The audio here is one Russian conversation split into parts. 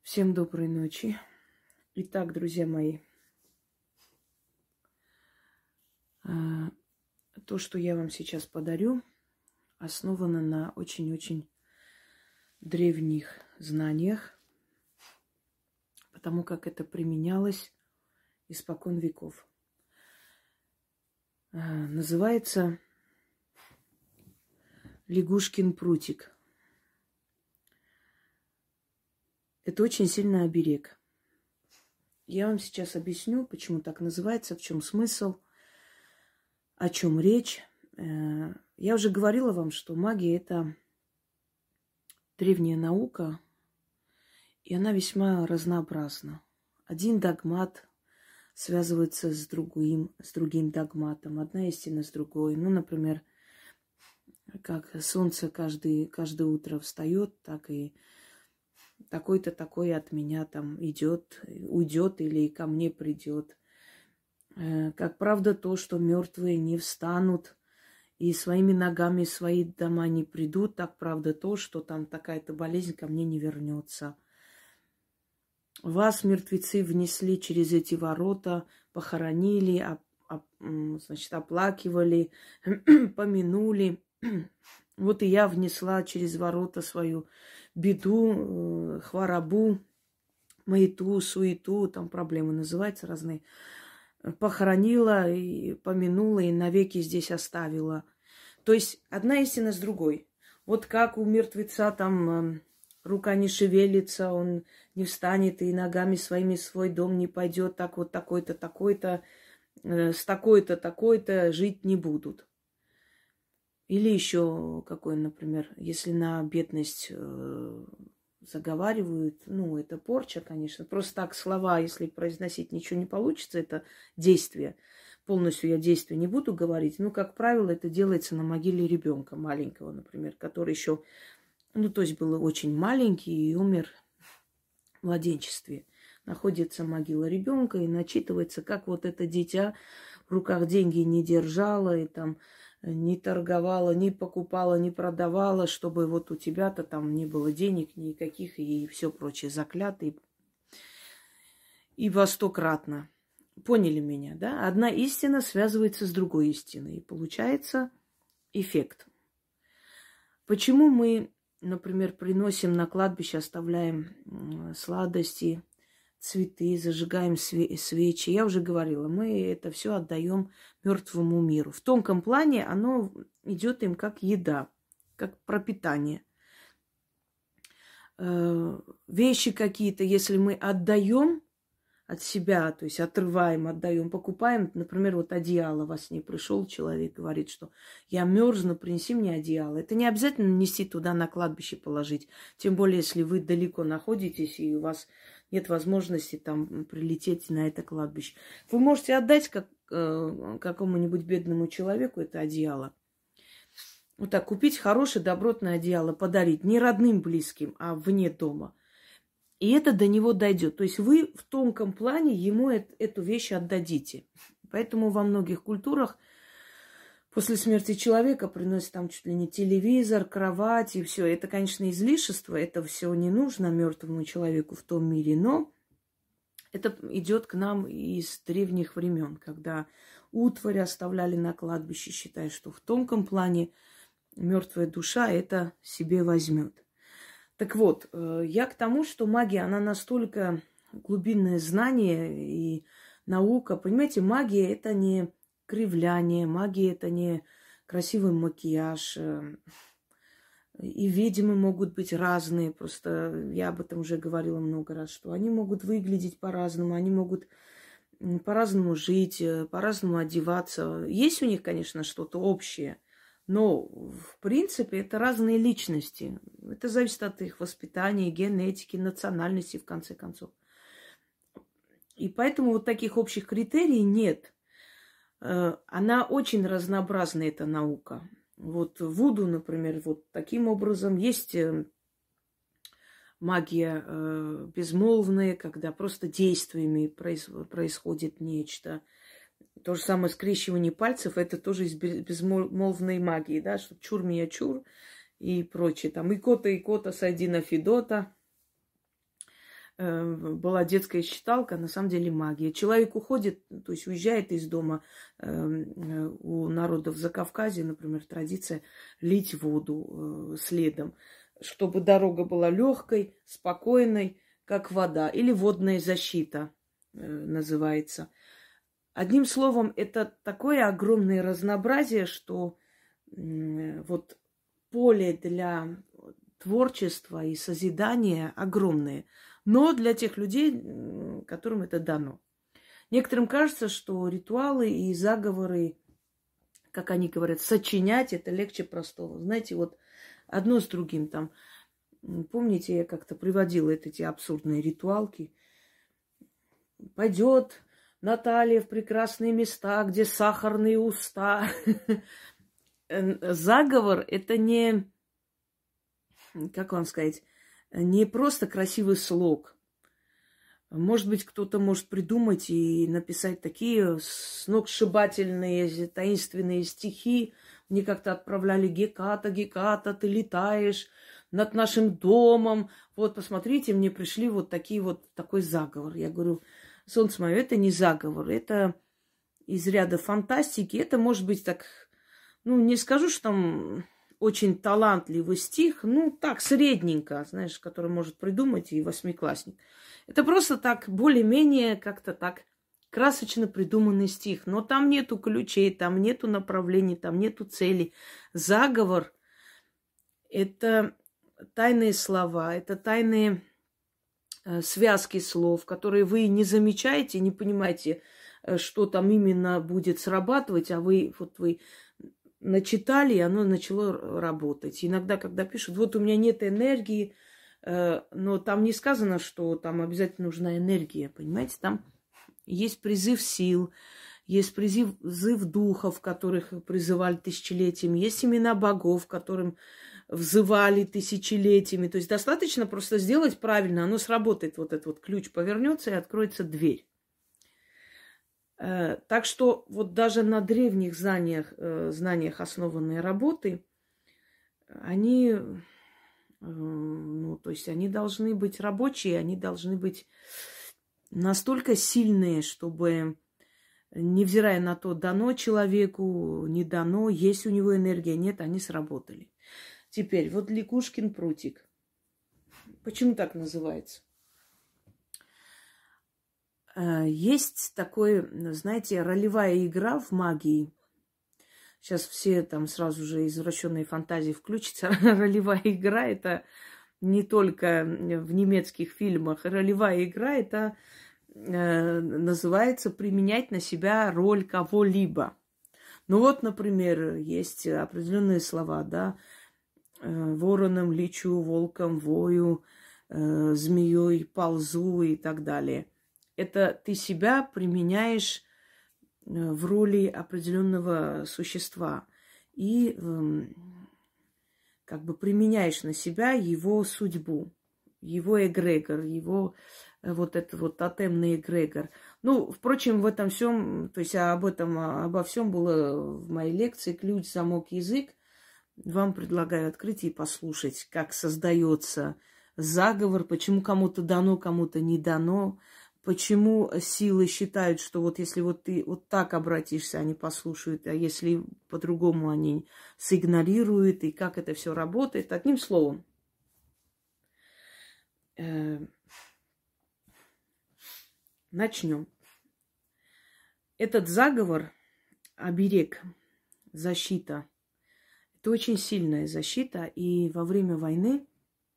Всем доброй ночи. Итак, друзья мои, то, что я вам сейчас подарю, основано на очень-очень древних знаниях, потому как это применялось испокон веков. Называется лягушкин прутик. Это очень сильный оберег. Я вам сейчас объясню, почему так называется, в чем смысл, о чем речь. Я уже говорила вам, что магия – это древняя наука, и она весьма разнообразна. Один догмат связывается с другим догматом, одна истина с другой. Ну, например, как солнце каждое утро встает, так и такой-то такой от меня там идет, уйдет или ко мне придет. Как правда то, что мертвые не встанут и своими ногами в свои дома не придут, так правда то, что там такая-то болезнь ко мне не вернется. Вас мертвецы внесли через эти ворота, похоронили, значит, оплакивали, помянули. Вот и я внесла через ворота свою беду, хворобу, маяту, суету, там проблемы называются разные. Похоронила и помянула, и навеки здесь оставила. То есть одна истина с другой. Вот как у мертвеца там рука не шевелится, он не встанет и ногами своими в свой дом не пойдет, так вот такой-то, такой-то, с такой-то, такой-то жить не будут. Или еще какой, например, если на бедность заговаривают, ну, это порча, конечно. Просто так слова, если произносить ничего не получится, это действие. Полностью я действие не буду говорить. Ну, как правило, это делается на могиле ребенка маленького, например, который еще, ну, то есть был очень маленький и умер в младенчестве. Находится могила ребенка и начитывается, как вот это дитя в руках деньги не держало и там не торговала, не покупала, не продавала, чтобы вот у тебя-то там не было денег никаких и все прочее, заклятый. И во 100-кратно. Поняли меня, да? Одна истина связывается с другой истиной. И получается эффект. Почему мы, например, приносим на кладбище, оставляем сладости, цветы, зажигаем свечи? Я уже говорила, мы это все отдаем мертвому миру. В тонком плане оно идет им как еда, как пропитание. Вещи какие-то, если мы отдаем от себя, то есть отрываем, отдаем, покупаем, например, вот одеяло, во сне пришел человек, говорит, что я мерзну, принеси мне одеяло. Это не обязательно нести туда на кладбище положить, тем более, если вы далеко находитесь и у вас нет возможности там прилететь на это кладбище. Вы можете отдать какому-нибудь бедному человеку это одеяло. Вот так, купить хорошее, добротное одеяло, подарить не родным, близким, а вне дома. И это до него дойдет. То есть вы в тонком плане ему эту вещь отдадите. Поэтому во многих культурах после смерти человека приносят там чуть ли не телевизор, кровать и все. Это, конечно, излишество. Это все не нужно мертвому человеку в том мире. Но это идет к нам из древних времен, когда утварь оставляли на кладбище, считая, что в тонком плане мертвая душа это себе возьмет. Так вот, я к тому, что магия, она настолько глубинное знание и наука. Понимаете, магия – это не кривляние, магия – это не красивый макияж. И ведьмы могут быть разные. Просто я об этом уже говорила много раз, что они могут выглядеть по-разному, они могут по-разному жить, по-разному одеваться. Есть у них, конечно, что-то общее. Но, в принципе, это разные личности. Это зависит от их воспитания, генетики, национальности, в конце концов. И поэтому вот таких общих критерий нет. Она очень разнообразная, эта наука. Вот вуду, например, вот таким образом. Есть магия безмолвная, когда просто действиями происходит нечто. То же самое скрещивание пальцев, это тоже из безмолвной магии, да, что чур меня чур и прочее. Там и кота, сойди на Федота. была детская считалка, а на самом деле магия. Человек уходит, то есть уезжает из дома. У народов Закавказья, например, традиция лить воду следом, чтобы дорога была легкой, спокойной, как вода, или водная защита называется. Одним словом, это такое огромное разнообразие, что вот поле для творчества и созидания огромное. Но для тех людей, которым это дано. Некоторым кажется, что ритуалы и заговоры, как они говорят, сочинять это легче простого. Знаете, вот одно с другим там. Помните, я как-то приводила эти абсурдные ритуалки. Пойдет Наталья в прекрасные места, где сахарные уста. Заговор – это не, как вам сказать, не просто красивый слог. Может быть, кто-то может придумать и написать такие сногсшибательные, таинственные стихи. Мне как-то отправляли: Геката, Геката, ты летаешь над нашим домом. Вот, посмотрите, мне пришли вот такой заговор. Я говорю: солнце мое, это не заговор, это из ряда фантастики. Это может быть так, не скажу, что там очень талантливый стих, так, средненько, знаешь, который может придумать и восьмиклассник. Это просто так, более-менее как-то так красочно придуманный стих. Но там нету ключей, там нету направлений, там нету цели. Заговор – это тайные слова, это тайные связки слов, которые вы не замечаете, не понимаете, что там именно будет срабатывать, а вы начитали, и оно начало работать. Иногда, когда пишут: вот у меня нет энергии, но там не сказано, что там обязательно нужна энергия, понимаете? Там есть призыв сил, есть призыв духов, которых призывали тысячелетиями, есть имена богов, которым взывали тысячелетиями. То есть достаточно просто сделать правильно, оно сработает, вот этот вот ключ повернется и откроется дверь. Так что вот даже на древних знаниях основанные работы, они, то есть они должны быть рабочие, они должны быть настолько сильные, чтобы, невзирая на то, дано человеку, не дано, есть у него энергия, нет, они сработали. Теперь вот Лягушкин прутик. Почему так называется? Есть такое, знаете, ролевая игра в магии. Сейчас все там сразу же извращенные фантазии включатся. Ролевая игра – это не только в немецких фильмах. Ролевая игра – это называется применять на себя роль кого-либо. Вот, например, есть определенные слова, да, вороном лечу, волком вою, змеей ползу и так далее. Это ты себя применяешь в роли определенного существа и как бы применяешь на себя его судьбу, его эгрегор, его тотемный эгрегор. Впрочем, в этом всем, то есть обо всем было в моей лекции «Ключ, замок, язык». Вам предлагаю открыть и послушать, как создается заговор, почему кому-то дано, кому-то не дано. Почему силы считают, что вот если вот ты вот так обратишься, они послушают, а если по-другому они сигнорируют, и как это все работает. Одним словом, начнем. Этот заговор, оберег, защита, это очень сильная защита, и во время войны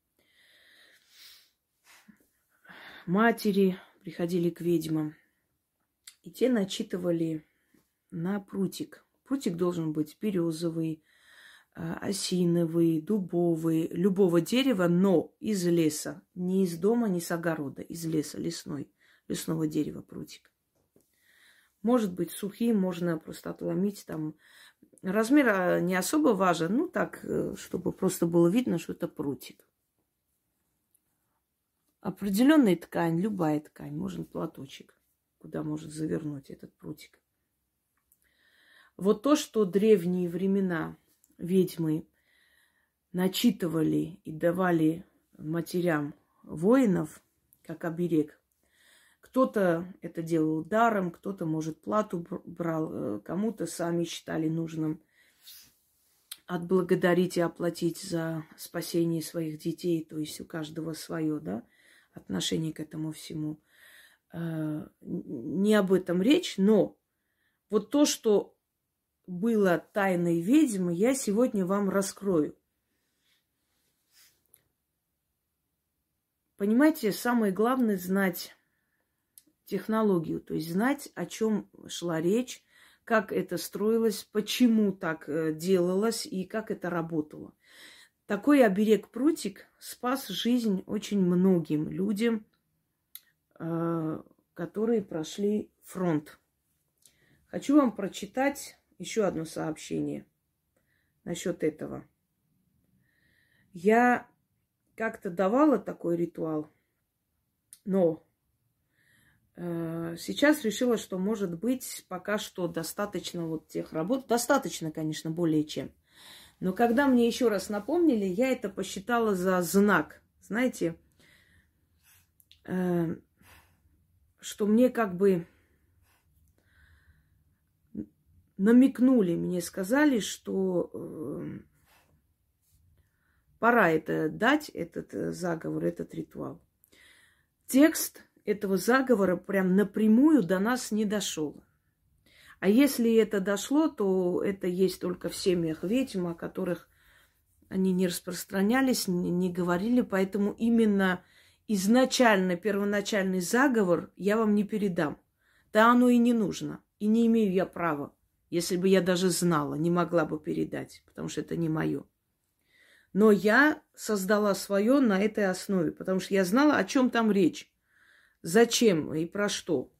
матери приходили к ведьмам, и те начитывали на прутик. Прутик должен быть березовый, осиновый, дубовый, любого дерева, но из леса. Не из дома, не с огорода, из леса, лесного дерева прутик. Может быть сухим, можно просто отломить там. Размер не особо важен, так, чтобы просто было видно, что это прутик. Определенная ткань, любая ткань, может платочек, куда может завернуть этот прутик. Вот то, что древние времена ведьмы начитывали и давали матерям воинов, как оберег. Кто-то это делал даром, кто-то, может, плату брал, кому-то сами считали нужным отблагодарить и оплатить за спасение своих детей. То есть у каждого свое, да, отношение к этому всему. Не об этом речь, но вот то, что было тайной ведьмы, я сегодня вам раскрою. Понимаете, самое главное знать технологию, то есть знать, о чем шла речь, как это строилось, почему так делалось и как это работало. Такой оберег-прутик спас жизнь очень многим людям, которые прошли фронт. Хочу вам прочитать еще одно сообщение насчет этого. Я как-то давала такой ритуал, но сейчас решила, что, может быть, пока что достаточно вот тех работ. Достаточно, конечно, более чем. Но когда мне еще раз напомнили, я это посчитала за знак. Знаете, что мне как бы намекнули, мне сказали, что пора это дать, этот заговор, этот ритуал. Текст этого заговора прям напрямую до нас не дошел. А если это дошло, то это есть только в семьях ведьм, о которых они не распространялись, не говорили. Поэтому именно изначально, первоначальный заговор я вам не передам. Да оно и не нужно. И не имею я права. Если бы я даже знала, не могла бы передать, потому что это не мое. Но я создала свое на этой основе, потому что я знала, о чем там речь. Зачем и про что?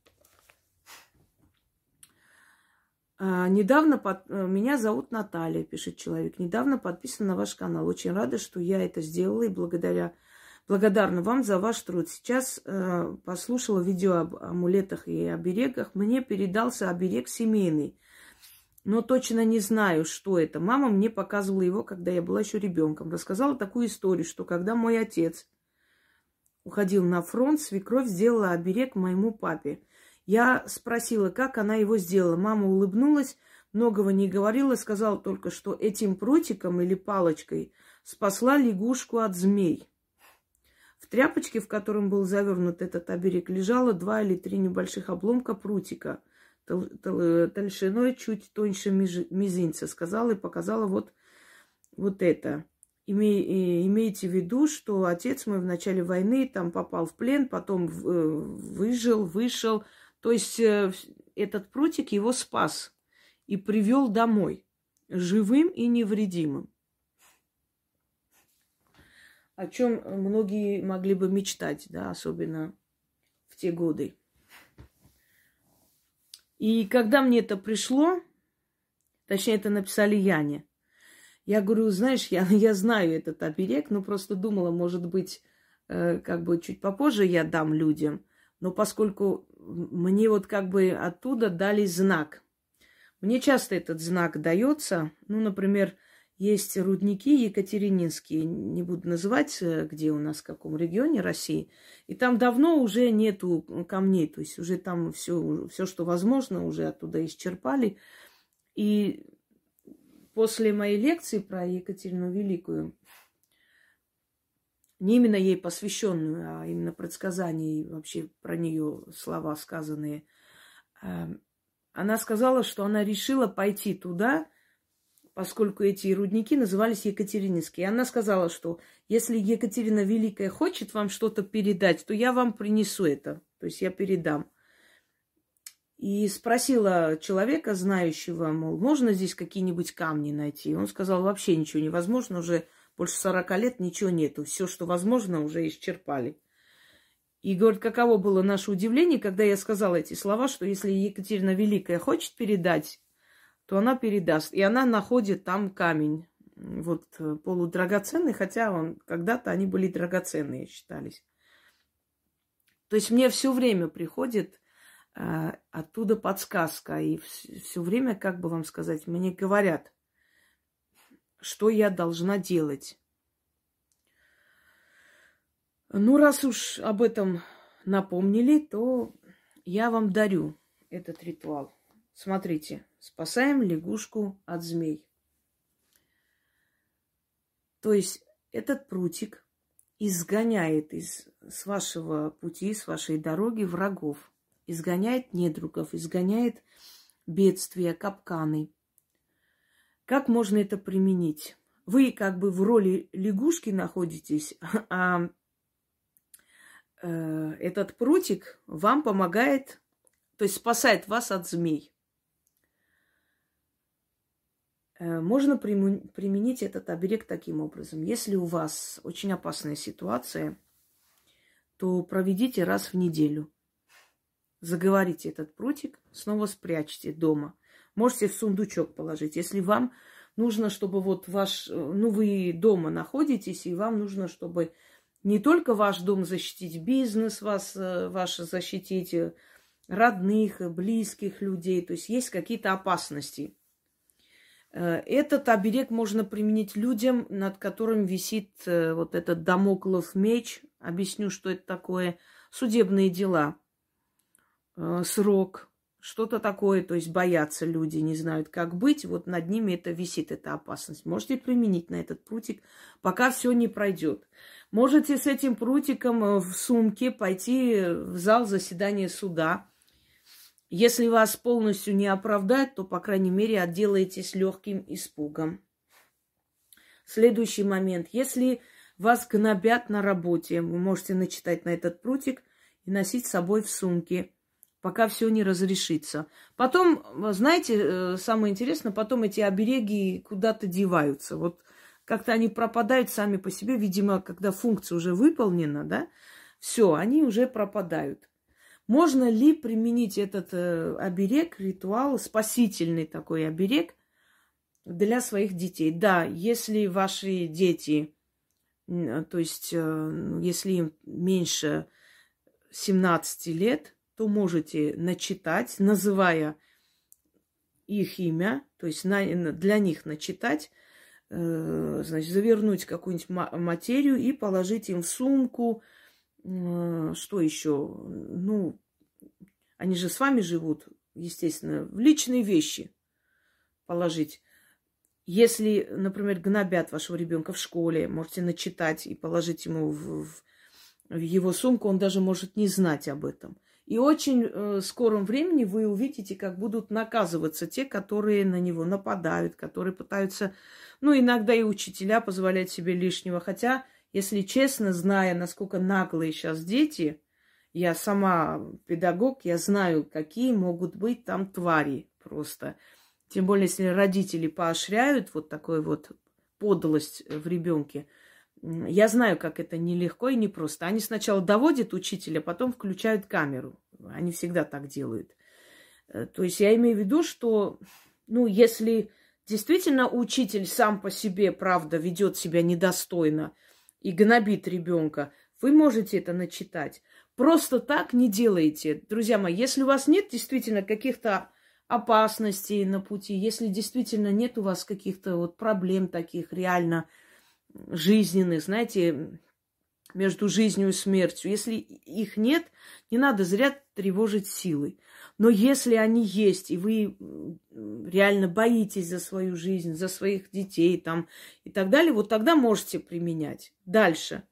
Меня зовут Наталья, пишет человек. Недавно подписана на ваш канал. Очень рада, что я это сделала и благодарна вам за ваш труд. Сейчас послушала видео об амулетах и оберегах. Мне передался оберег семейный, но точно не знаю, что это. Мама мне показывала его, когда я была еще ребенком. Рассказала такую историю, что когда мой отец уходил на фронт, свекровь сделала оберег моему папе. Я спросила, как она его сделала. Мама улыбнулась, многого не говорила, сказала только, что этим прутиком или палочкой спасла лягушку от змей. В тряпочке, в котором был завернут этот оберег, лежало 2 или 3 небольших обломка прутика, толщиной чуть тоньше мизинца. Сказала и показала вот это. Имейте в виду, что отец мой в начале войны там попал в плен, потом вышел. То есть этот прутик его спас и привел домой живым и невредимым. О чем многие могли бы мечтать, да, особенно в те годы. И когда мне это пришло, точнее, это написали Яне, я говорю, знаешь, я знаю этот оберег, но просто думала, может быть, как бы чуть попозже я дам людям. Но поскольку мне вот как бы оттуда дали знак. Мне часто этот знак дается. Ну, например, есть рудники екатерининские, не буду называть, где у нас, в каком регионе России. И там давно уже нету камней. То есть уже там все, что возможно, уже оттуда исчерпали. И после моей лекции про Екатерину Великую, не именно ей посвященную, а именно предсказания и вообще про нее слова сказанные, она сказала, что она решила пойти туда, поскольку эти рудники назывались Екатерининские. И она сказала, что если Екатерина Великая хочет вам что-то передать, то я вам принесу это, то есть я передам. И спросила человека, знающего, мол, можно здесь какие-нибудь камни найти? Он сказал, вообще ничего невозможно, уже больше 40 лет ничего нету. Все, что возможно, уже исчерпали. И, говорит, каково было наше удивление, когда я сказала эти слова, что если Екатерина Великая хочет передать, то она передаст. И она находит там камень. Вот полудрагоценный, хотя когда-то они были драгоценные, считались. То есть мне все время приходит оттуда подсказка. И все время, как бы вам сказать, мне говорят, что я должна делать. Ну, раз уж об этом напомнили, то я вам дарю этот ритуал. Смотрите, спасаем лягушку от змей. То есть этот прутик изгоняет с вашего пути, с вашей дороги врагов, изгоняет недругов, изгоняет бедствия, капканы. Как можно это применить? Вы как бы в роли лягушки находитесь, а этот прутик вам помогает, то есть спасает вас от змей. Можно применить этот оберег таким образом. Если у вас очень опасная ситуация, то проведите раз в неделю. Заговорите этот прутик, снова спрячьте дома. Можете в сундучок положить. Если вам нужно, чтобы вот вы дома находитесь, и вам нужно, чтобы не только ваш дом защитить, бизнес ваш защитить, родных, близких людей. То есть есть какие-то опасности. Этот оберег можно применить людям, над которым висит вот этот дамоклов меч. Объясню, что это такое. Судебные дела, срок, что-то такое. То есть боятся люди, не знают, как быть. Вот над ними это висит, эта опасность. Можете применить на этот прутик, пока все не пройдет. Можете с этим прутиком в сумке пойти в зал заседания суда. Если вас полностью не оправдают, то, по крайней мере, отделаетесь легким испугом. Следующий момент. Если вас гнобят на работе, вы можете начитать на этот прутик и носить с собой в сумке, пока все не разрешится. Потом, знаете, самое интересное, потом эти обереги куда-то деваются. Вот как-то они пропадают сами по себе. Видимо, когда функция уже выполнена, да, все, они уже пропадают. Можно ли применить этот оберег, ритуал, спасительный такой оберег для своих детей? Да, если ваши дети, то есть если им меньше 17 лет, то можете начитать, называя их имя, то есть для них начитать, значит, завернуть какую-нибудь материю и положить им в сумку. Что еще? Ну, они же с вами живут, естественно, в личные вещи положить. Если, например, гнобят вашего ребенка в школе, можете начитать и положить ему в его сумку, он даже может не знать об этом. И очень скором времени вы увидите, как будут наказываться те, которые на него нападают, которые пытаются, ну, иногда и учителя позволяют себе лишнего, хотя... Если честно, зная, насколько наглые сейчас дети, я сама педагог, я знаю, какие могут быть там твари просто. Тем более, если родители поощряют вот такую вот подлость в ребенке. Я знаю, как это нелегко и непросто. Они сначала доводят учителя, потом включают камеру. Они всегда так делают. То есть я имею в виду, что, ну, если действительно учитель сам по себе, правда, ведет себя недостойно, и гнобит ребенка, вы можете это начитать. Просто так не делайте. Друзья мои, если у вас нет действительно каких-то опасностей на пути, если действительно нет у вас каких-то вот проблем таких реально жизненных, знаете, между жизнью и смертью, если их нет, не надо зря тревожить силы. Но если они есть, и вы реально боитесь за свою жизнь, за своих детей там, и так далее, вот тогда можете применять. Дальше.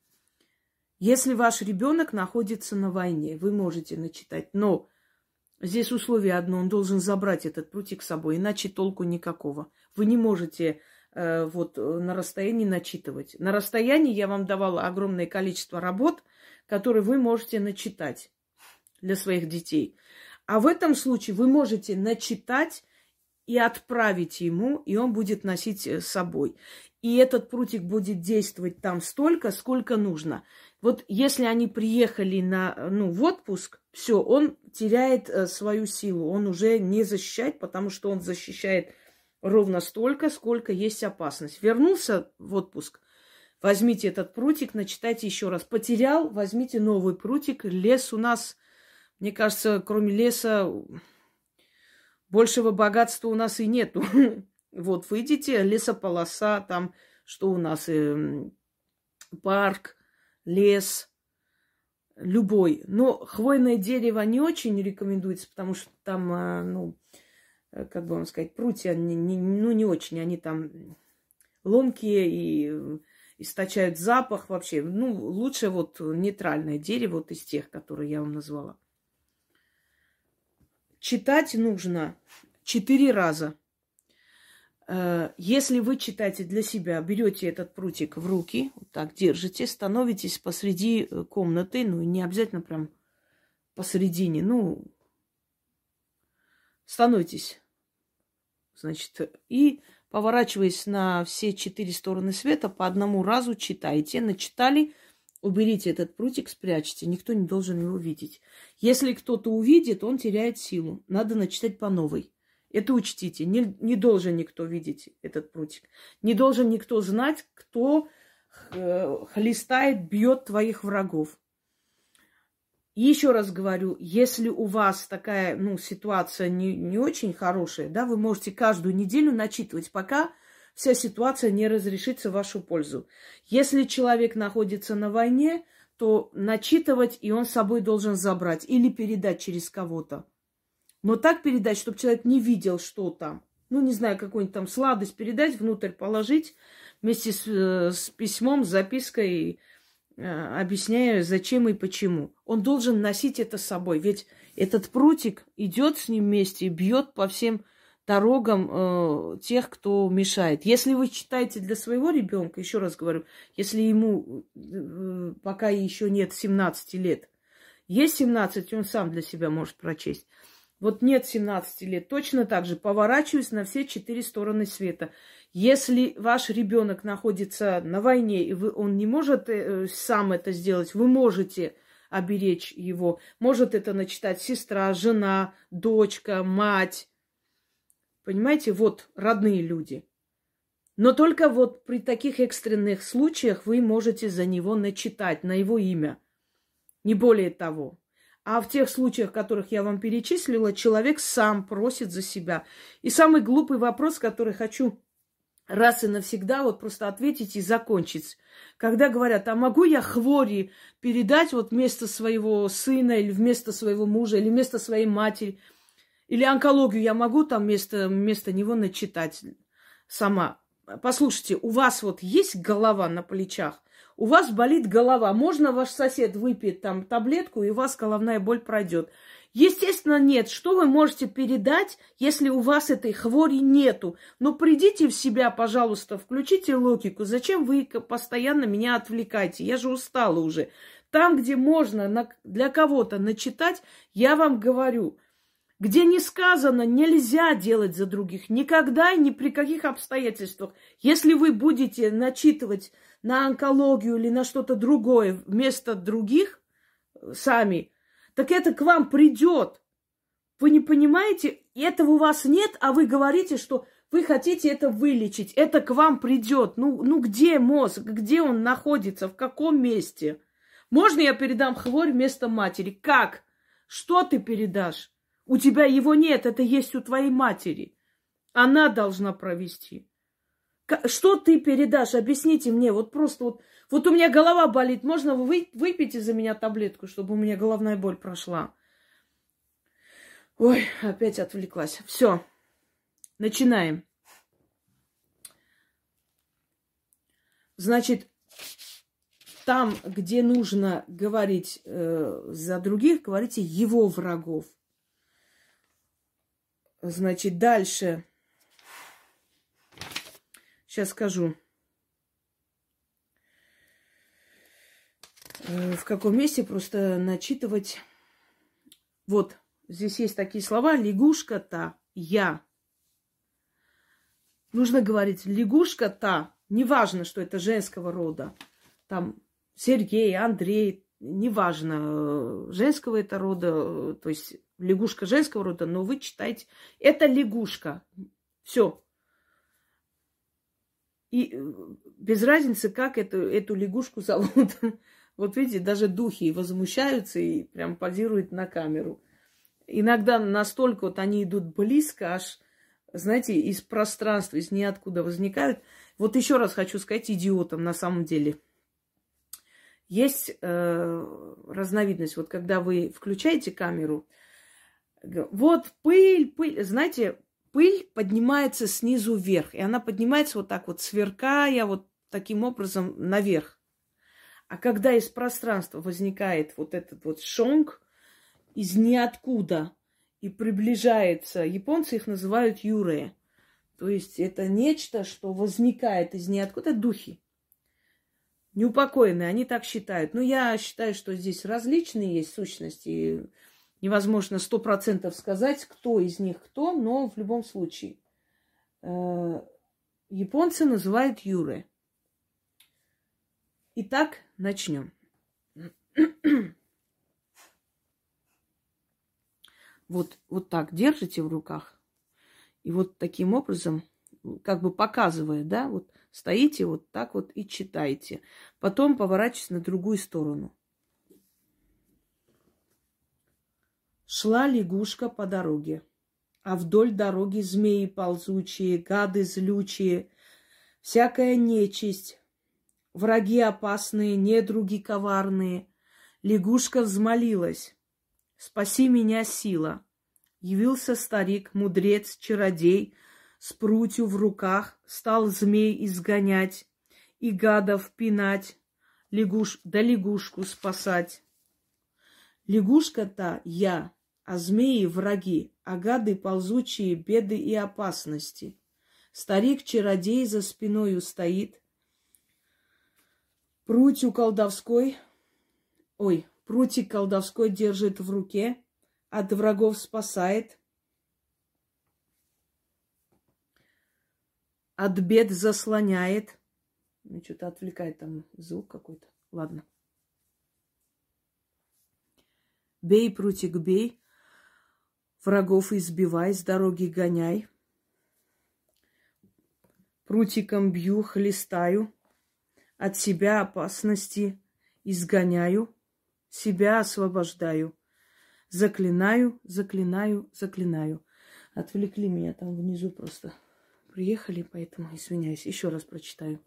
Если ваш ребенок находится на войне, вы можете начитать. Но здесь условие одно, он должен забрать этот прутик с собой, иначе толку никакого. Вы не можете вот на расстоянии начитывать. На расстоянии я вам давала огромное количество работ, которые вы можете начитать для своих детей. А в этом случае вы можете начитать и отправить ему, и он будет носить с собой. И этот прутик будет действовать там столько, сколько нужно. Вот если они приехали в отпуск, все, он теряет свою силу. Он уже не защищает, потому что он защищает ровно столько, сколько есть опасность. Вернулся в отпуск, возьмите этот прутик, начитайте еще раз. Потерял, возьмите новый прутик. Лес у нас... Мне кажется, кроме леса, большего богатства у нас и нету. Вот, выйдите, лесополоса, там, что у нас, парк, лес, любой. Но хвойное дерево не очень рекомендуется, потому что там, как бы вам сказать, прутья не очень. Они там ломкие и источают запах вообще. Ну, лучше вот нейтральное дерево, вот из тех, которые я вам назвала. Читать нужно 4 раза. Если вы читаете для себя, берете этот прутик в руки, вот так держите, становитесь посреди комнаты, ну, не обязательно прям посередине, ну, становитесь, значит, и поворачиваясь на все 4 стороны света, по одному разу читайте. Начитали, уберите этот прутик, спрячьте, никто не должен его видеть. Если кто-то увидит, он теряет силу, надо начитать по новой. Это учтите. Не должен никто видеть этот прутик. Не должен никто знать, кто хлестает, бьет твоих врагов. И еще раз говорю, если у вас такая ситуация не очень хорошая, да, вы можете каждую неделю начитывать, пока вся ситуация не разрешится в вашу пользу. Если человек находится на войне, то начитывать, и он с собой должен забрать или передать через кого-то. Но так передать, чтобы человек не видел, что там. Ну, не знаю, какую-нибудь там сладость передать, внутрь положить, вместе с письмом, с запиской, объясняя, зачем и почему. Он должен носить это с собой. Ведь этот прутик идет с ним вместе и бьет по всем дорогам тех, кто мешает. Если вы читаете для своего ребенка, еще раз говорю, если ему пока еще нет 17 лет, есть 17, он сам для себя может прочесть. Вот нет 17 лет, точно так же поворачиваюсь на все 4 стороны света. Если ваш ребенок находится на войне, и он не может сам это сделать, вы можете оберечь его. Может это начитать сестра, жена, дочка, мать. Понимаете, вот родные люди. Но только вот при таких экстренных случаях вы можете за него начитать, на его имя. Не более того. А в тех случаях, которых я вам перечислила, человек сам просит за себя. И самый глупый вопрос, который хочу раз и навсегда вот просто ответить и закончить. Когда говорят, а могу я хвори передать вот вместо своего сына, или вместо своего мужа, или вместо своей матери, или онкологию я могу там вместо него начитать сама? Послушайте, у вас вот есть голова на плечах? У вас болит голова. Можно ваш сосед выпьет там таблетку, и у вас головная боль пройдет? Естественно, нет. Что вы можете передать, если у вас этой хвори нету? Ну, придите в себя, пожалуйста, включите логику. Зачем вы постоянно меня отвлекаете? Я же устала уже. Там, где можно для кого-то начитать, я вам говорю, где не сказано, нельзя делать за других. Никогда и ни при каких обстоятельствах. Если вы будете начитывать на онкологию или на что-то другое вместо других сами, так это к вам придет. Вы не понимаете? Этого у вас нет, а вы говорите, что вы хотите это вылечить. Это к вам придет. Ну где мозг? Где он находится? В каком месте? Можно я передам хворь вместо матери? Как? Что ты передашь? У тебя его нет, это есть у твоей матери. Она должна провести. Что ты передашь? Объясните мне. Вот просто вот у меня голова болит. Можно вы выпейте за меня таблетку, чтобы у меня головная боль прошла? Ой, опять отвлеклась. Все. Начинаем. Значит, там, где нужно говорить за других, говорите его врагов. Значит, дальше. Сейчас скажу. В каком месте просто начитывать. Вот, здесь есть такие слова. Лягушка-то, я. Нужно говорить лягушка-то. Неважно, что это женского рода. Там Сергей, Андрей. Неважно, женского это рода. То есть лягушка женского рода, но вы читаете. Это лягушка. Все. И без разницы, как эту лягушку зовут. Вот видите, даже духи возмущаются и прям позируют на камеру. Иногда настолько вот они идут близко, аж, знаете, из пространства, из ниоткуда возникают. Вот еще раз хочу сказать идиотам на самом деле. Есть разновидность. Вот когда вы включаете камеру, вот пыль, пыль. Знаете, пыль поднимается снизу вверх. И она поднимается вот так вот, сверкая вот таким образом наверх. А когда из пространства возникает вот этот вот шонг из ниоткуда и приближается, японцы их называют юре. То есть это нечто, что возникает из ниоткуда, духи. Неупокоенные, они так считают. Но я считаю, что здесь различные есть сущности. Невозможно 100% сказать, кто из них кто, но в любом случае. Японцы называют юре. Итак, начнем. Вот так держите в руках. И вот таким образом, как бы показывая, да, вот стоите вот так вот и читаете. Потом поворачивайтесь на другую сторону. Шла лягушка по дороге, а вдоль дороги змеи ползучие, гады злючие, всякая нечисть, враги опасные, недруги коварные. Лягушка взмолилась: «Спаси меня, сила!» Явился старик, мудрец, чародей, с прутью в руках, стал змей изгонять и гадов пинать, лягушку спасать. Лягушка-то я, а змеи враги, а гады ползучие, беды и опасности. Старик-чародей за спиною стоит, прутик колдовской держит в руке, от врагов спасает, от бед заслоняет. Ну, что-то отвлекает там звук какой-то. Ладно. Бей, прутик, бей, врагов избивай, с дороги гоняй. Прутиком бью, хлестаю, от себя опасности изгоняю, себя освобождаю. Заклинаю, заклинаю, заклинаю. Отвлекли меня там внизу просто. Приехали, поэтому извиняюсь. Еще раз прочитаю.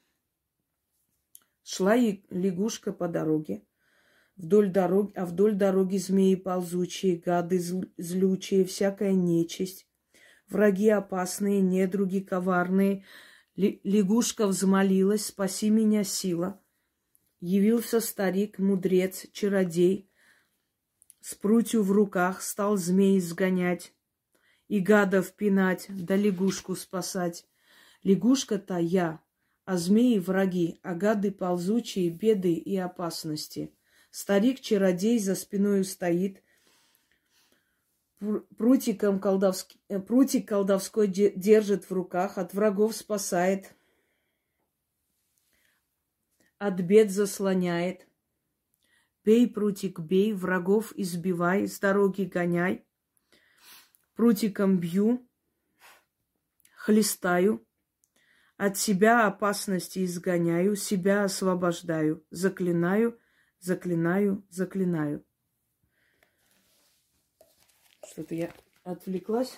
Шла лягушка по дороге, вдоль дороги змеи ползучие, гады злючие, всякая нечисть, враги опасные, недруги коварные. Лягушка взмолилась: «Спаси меня, сила!» Явился старик, мудрец, чародей, с прутью в руках стал змей изгонять и гадов пинать, да лягушку спасать. Лягушка-то я, а змеи враги, а гады ползучие, беды и опасности. Старик-чародей за спиною стоит, прутик колдовской держит в руках, от врагов спасает, от бед заслоняет. Бей, прутик, бей, врагов избивай, с дороги гоняй. Прутиком бью, хлестаю, от себя опасности изгоняю, себя освобождаю, заклинаю, заклинаю, заклинаю. Что-то я отвлеклась.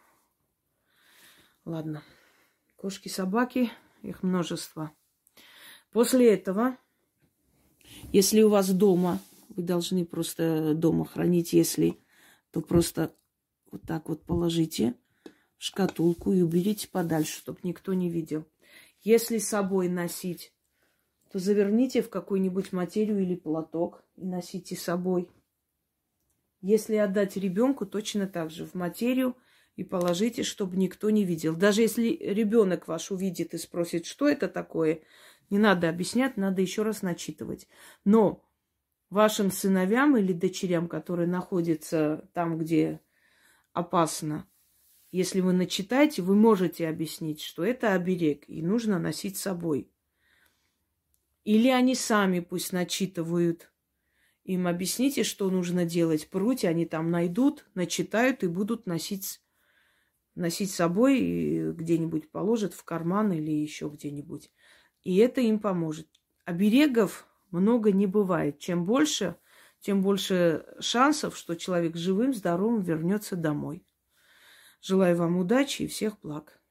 Ладно. Кошки, собаки, их множество. После этого, если у вас дома, вы должны просто дома хранить, если, то просто вот так вот положите в шкатулку и уберите подальше, чтобы никто не видел. Если с собой носить, то заверните в какую-нибудь материю или платок и носите с собой. Если отдать ребенку, точно так же в материю и положите, чтобы никто не видел. Даже если ребенок ваш увидит и спросит, что это такое, не надо объяснять, надо еще раз начитывать. Но вашим сыновьям или дочерям, которые находятся там, где опасно, если вы начитаете, вы можете объяснить, что это оберег и нужно носить с собой. Или они сами пусть начитывают. Им объясните, что нужно делать. Прутья они там найдут, начитают и будут носить с собой, и где-нибудь положат в карман или еще где-нибудь. И это им поможет. Оберегов много не бывает. Чем больше, тем больше шансов, что человек живым, здоровым вернется домой. Желаю вам удачи и всех благ.